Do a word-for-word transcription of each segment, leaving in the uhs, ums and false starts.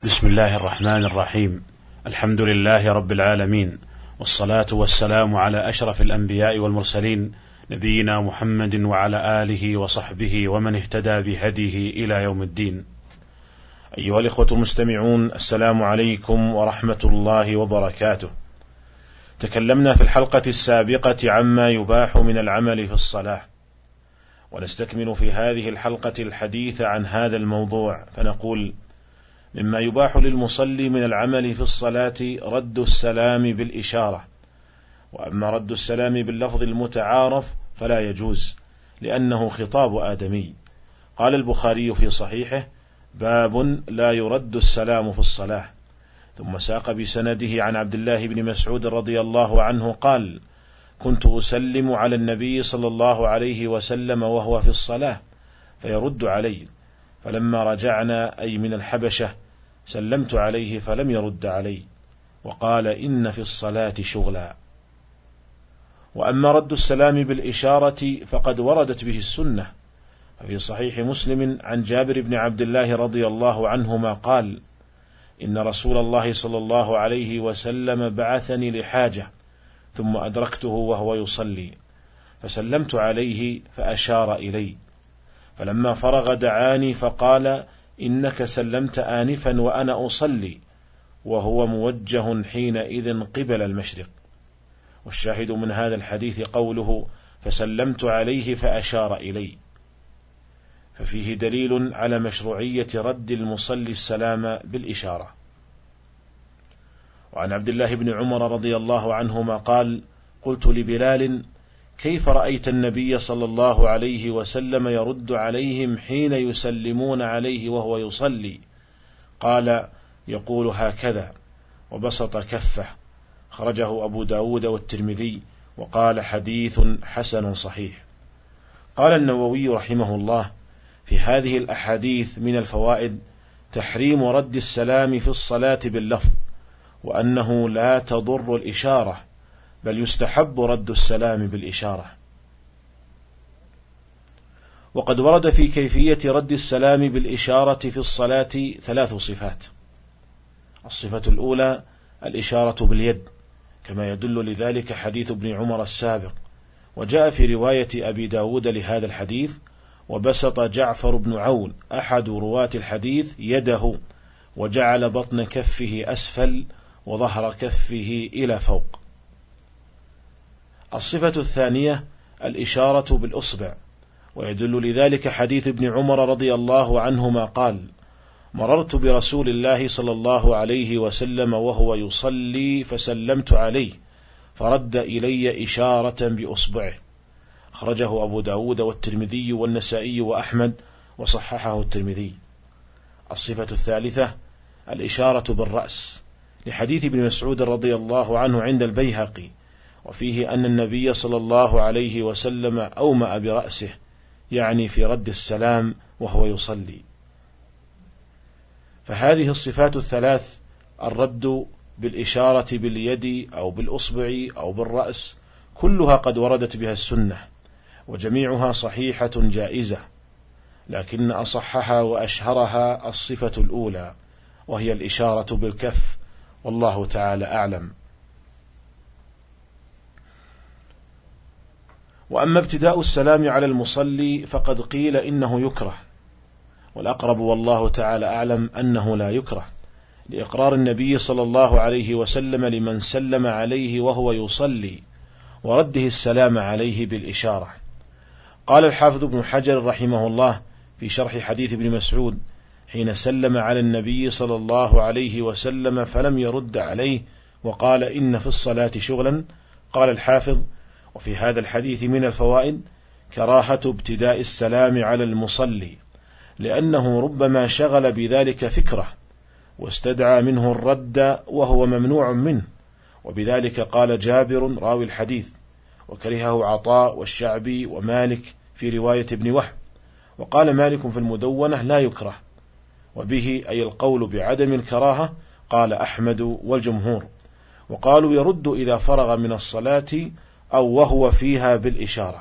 بسم الله الرحمن الرحيم. الحمد لله رب العالمين، والصلاة والسلام على أشرف الأنبياء والمرسلين، نبينا محمد وعلى آله وصحبه ومن اهتدى بهديه إلى يوم الدين. أيها الإخوة المستمعون، السلام عليكم ورحمة الله وبركاته. تكلمنا في الحلقة السابقة عما يباح من العمل في الصلاة، ونستكمل في هذه الحلقة الحديث عن هذا الموضوع، فنقول: مما يباح للمصلي من العمل في الصلاة رد السلام بالإشارة، وأما رد السلام باللفظ المتعارف فلا يجوز، لأنه خطاب آدمي. قال البخاري في صحيحه: باب لا يرد السلام في الصلاة. ثم ساق بسنده عن عبد الله بن مسعود رضي الله عنه قال: كنت أسلم على النبي صلى الله عليه وسلم وهو في الصلاة فيرد علي، فلما رجعنا أي من الحبشة سلمت عليه فلم يرد علي، وقال: إن في الصلاة شغلا. وأما رد السلام بالإشارة فقد وردت به السنة، ففي صحيح مسلم عن جابر بن عبد الله رضي الله عنهما قال: إن رسول الله صلى الله عليه وسلم بعثني لحاجة، ثم أدركته وهو يصلي فسلمت عليه فأشار إلي، فلما فرغ دعاني فقال: إنك سلمت آنفا وأنا أصلي، وهو موجه حينئذ قبل المشرق. والشاهد من هذا الحديث قوله: فسلمت عليه فأشار إلي، ففيه دليل على مشروعية رد المصلي السلام بالإشارة. وعن عبد الله بن عمر رضي الله عنهما قال: قلت لبلال: كيف رأيت النبي صلى الله عليه وسلم يرد عليهم حين يسلمون عليه وهو يصلي؟ قال: يقول هكذا، وبسط كفه. خرجه أبو داود والترمذي، وقال: حديث حسن صحيح. قال النووي رحمه الله: في هذه الأحاديث من الفوائد تحريم رد السلام في الصلاة باللفظ، وأنه لا تضر الإشارة، بل يستحب رد السلام بالإشارة. وقد ورد في كيفية رد السلام بالإشارة في الصلاة ثلاث صفات. الصفة الأولى الإشارة باليد، كما يدل لذلك حديث ابن عمر السابق، وجاء في رواية أبي داود لهذا الحديث: وبسط جعفر بن عون أحد رواة الحديث يده، وجعل بطن كفه أسفل وظهر كفه إلى فوق. الصفة الثانية الإشارة بالأصبع، ويدل لذلك حديث ابن عمر رضي الله عنهما قال: مررت برسول الله صلى الله عليه وسلم وهو يصلي فسلمت عليه فرد إلي إشارة بأصبعه. أخرجه أبو داود والترمذي والنسائي وأحمد، وصححه الترمذي. الصفة الثالثة الإشارة بالرأس، لحديث ابن مسعود رضي الله عنه عند البيهقي، وفيه أن النبي صلى الله عليه وسلم أومأ برأسه، يعني في رد السلام وهو يصلي. فهذه الصفات الثلاث، الرد بالإشارة باليد أو بالأصبع أو بالرأس، كلها قد وردت بها السنة، وجميعها صحيحة جائزة، لكن أصحها وأشهرها الصفة الأولى، وهي الإشارة بالكف، والله تعالى أعلم. وأما ابتداء السلام على المصلي فقد قيل إنه يكره، والأقرب والله تعالى أعلم أنه لا يكره، لإقرار النبي صلى الله عليه وسلم لمن سلم عليه وهو يصلي، ورده السلام عليه بالإشارة. قال الحافظ ابن حجر رحمه الله في شرح حديث ابن مسعود: حين سلم على النبي صلى الله عليه وسلم فلم يرد عليه وقال: إن في الصلاة شغلا. قال الحافظ: وفي هذا الحديث من الفوائد كراهة ابتداء السلام على المصلي، لأنه ربما شغل بذلك فكره واستدعى منه الرد وهو ممنوع منه، وبذلك قال جابر راوي الحديث، وكرهه عطاء والشعبي ومالك في رواية ابن وهب، وقال مالك في المدونة لا يكره، وبه أي القول بعدم الكراهة قال أحمد والجمهور، وقالوا يرد إذا فرغ من الصلاة أو وهو فيها بالإشارة.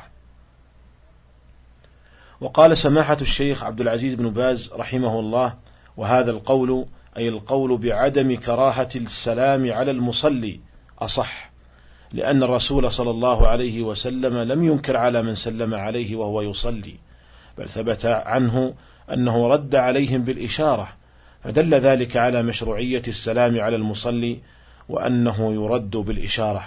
وقال سماحة الشيخ عبد العزيز بن باز رحمه الله: وهذا القول أي القول بعدم كراهة السلام على المصلي أصح، لأن الرسول صلى الله عليه وسلم لم ينكر على من سلم عليه وهو يصلي، بل ثبت عنه أنه رد عليهم بالإشارة، فدل ذلك على مشروعية السلام على المصلي وأنه يرد بالإشارة.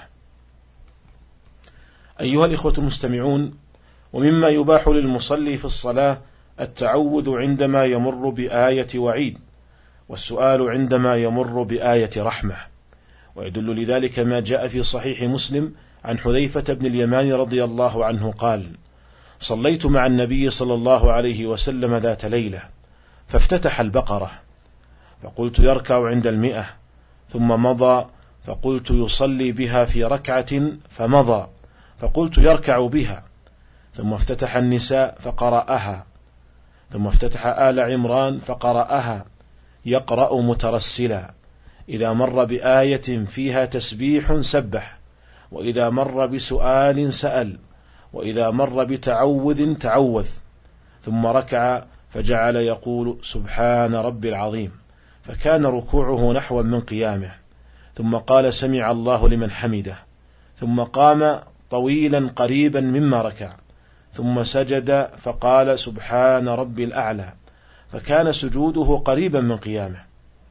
أيها الإخوة المستمعون، ومما يباح للمصلي في الصلاة التعوذ عندما يمر بآية وعيد، والسؤال عندما يمر بآية رحمة، ويدل لذلك ما جاء في صحيح مسلم عن حذيفة بن اليمان رضي الله عنه قال: صليت مع النبي صلى الله عليه وسلم ذات ليلة فافتتح البقرة، فقلت يركع عند المئة، ثم مضى، فقلت يصلي بها في ركعة، فمضى، فقلت يركع بها، ثم افتتح النساء فقرأها، ثم افتتح آل عمران فقرأها يقرأ مترسلا، إذا مر بآية فيها تسبيح سبح، وإذا مر بسؤال سأل، وإذا مر بتعوذ تعوذ، ثم ركع فجعل يقول سبحان ربي العظيم، فكان ركوعه نحوا من قيامه، ثم قال سمع الله لمن حمده، ثم قام طويلا قريبا مما ركع، ثم سجد فقال سبحان ربي الأعلى، فكان سجوده قريبا من قيامه.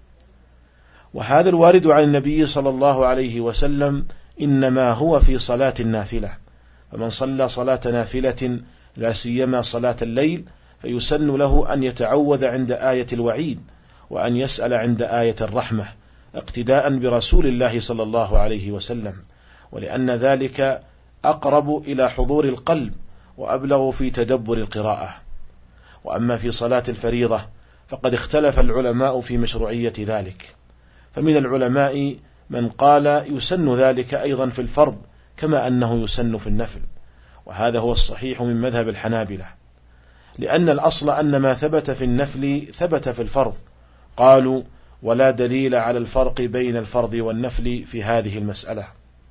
وهذا الوارد عن النبي صلى الله عليه وسلم إنما هو في صلاة النافلة، فمن صلى صلاة نافلة لا سيما صلاة الليل فيسن له أن يتعوذ عند آية الوعيد، وأن يسأل عند آية الرحمة، اقتداء برسول الله صلى الله عليه وسلم، ولأن ذلك أقرب إلى حضور القلب وأبلغ في تدبر القراءة. وأما في صلاة الفريضة فقد اختلف العلماء في مشروعية ذلك، فمن العلماء من قال يسن ذلك أيضا في الفرض كما أنه يسن في النفل، وهذا هو الصحيح من مذهب الحنابلة، لأن الأصل أن ما ثبت في النفل ثبت في الفرض. قالوا ولا دليل على الفرق بين الفرض والنفل في هذه المسألة.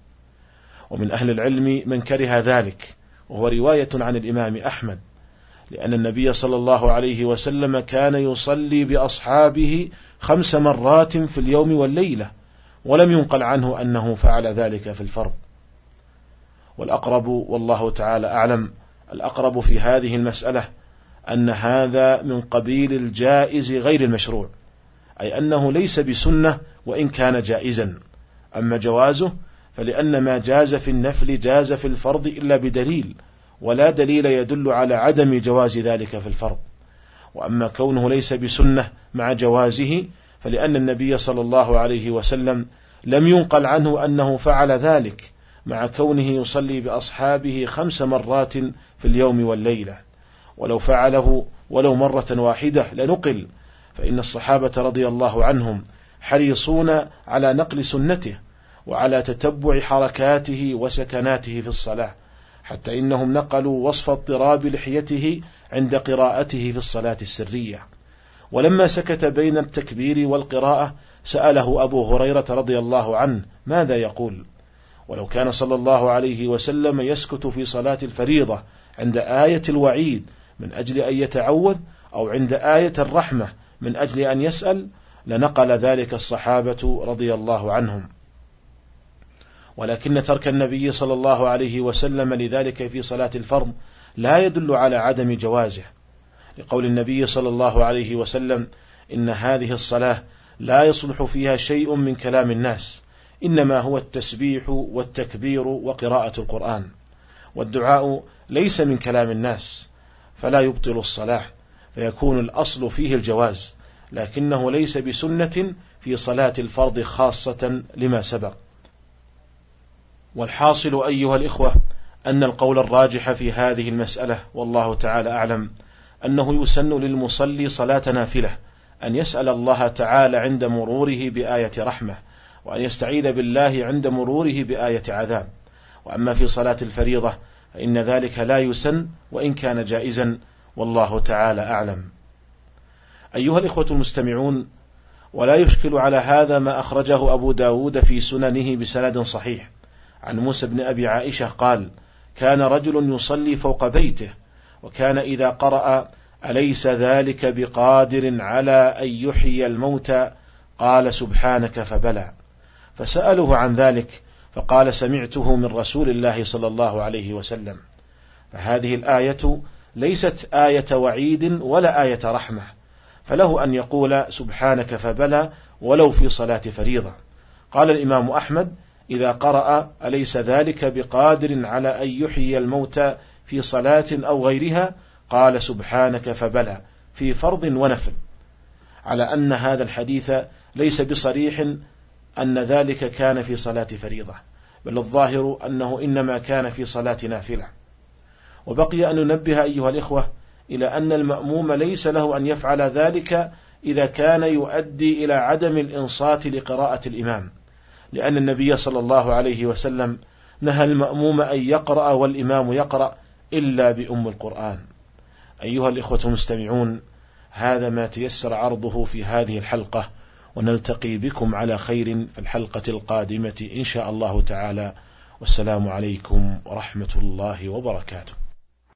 ومن أهل العلم من كره ذلك، وهو رواية عن الإمام أحمد، لأن النبي صلى الله عليه وسلم كان يصلي بأصحابه خمس مرات في اليوم والليلة، ولم ينقل عنه أنه فعل ذلك في الفرض. والأقرب والله تعالى أعلم، الأقرب في هذه المسألة أن هذا من قبيل الجائز غير المشروع، أي أنه ليس بسنة وإن كان جائزا. أما جوازه فلأن ما جاز في النفل جاز في الفرض إلا بدليل، ولا دليل يدل على عدم جواز ذلك في الفرض. وأما كونه ليس بسنة مع جوازه فلأن النبي صلى الله عليه وسلم لم ينقل عنه أنه فعل ذلك، مع كونه يصلي بأصحابه خمس مرات في اليوم والليلة، ولو فعله ولو مرة واحدة لنقل، فإن الصحابة رضي الله عنهم حريصون على نقل سنته وعلى تتبع حركاته وسكناته في الصلاة، حتى إنهم نقلوا وصف اضطراب لحيته عند قراءته في الصلاة السرية. ولما سكت بين التكبير والقراءة سأله أبو هريرة رضي الله عنه ماذا يقول، ولو كان صلى الله عليه وسلم يسكت في صلاة الفريضة عند آية الوعيد من أجل أن يتعوذ، أو عند آية الرحمة من أجل أن يسأل، لنقل ذلك الصحابة رضي الله عنهم. ولكن ترك النبي صلى الله عليه وسلم لذلك في صلاة الفرض لا يدل على عدم جوازه، لقول النبي صلى الله عليه وسلم إن هذه الصلاة لا يصلح فيها شيء من كلام الناس، إنما هو التسبيح والتكبير وقراءة القرآن، والدعاء ليس من كلام الناس فلا يبطل الصلاة، فيكون الأصل فيه الجواز، لكنه ليس بسنة في صلاة الفرض خاصة لما سبق. والحاصل أيها الإخوة أن القول الراجح في هذه المسألة والله تعالى أعلم أنه يسن للمصلي صلاة نافلة أن يسأل الله تعالى عند مروره بآية رحمة، وأن يستعيذ بالله عند مروره بآية عذاب. وأما في صلاة الفريضة فإن ذلك لا يسن وإن كان جائزا، والله تعالى أعلم. أيها الإخوة المستمعون، ولا يشكل على هذا ما أخرجه أبو داود في سننه بسند صحيح عن موسى بن أبي عائشة قال: كان رجل يصلي فوق بيته، وكان إذا قرأ أليس ذلك بقادر على أن يحيي الموتى قال سبحانك فبلى، فسألوه عن ذلك فقال سمعته من رسول الله صلى الله عليه وسلم. فهذه الآية ليست آية وعيد ولا آية رحمة، فله أن يقول سبحانك فبلى ولو في صلاة فريضة. قال الإمام أحمد: إذا قرأ أليس ذلك بقادر على أن يحيي الموتى في صلاة أو غيرها؟ قال سبحانك فبلى في فرض ونفل، على أن هذا الحديث ليس بصريح أن ذلك كان في صلاة فريضة، بل الظاهر أنه إنما كان في صلاة نافلة. وبقي أن ننبه أيها الإخوة إلى أن المأموم ليس له أن يفعل ذلك إذا كان يؤدي إلى عدم الإنصات لقراءة الإمام، لأن النبي صلى الله عليه وسلم نهى المأموم أن يقرأ والإمام يقرأ إلا بأم القرآن. أيها الإخوة المستمعون، هذا ما تيسر عرضه في هذه الحلقة، ونلتقي بكم على خير في الحلقة القادمة إن شاء الله تعالى، والسلام عليكم ورحمة الله وبركاته.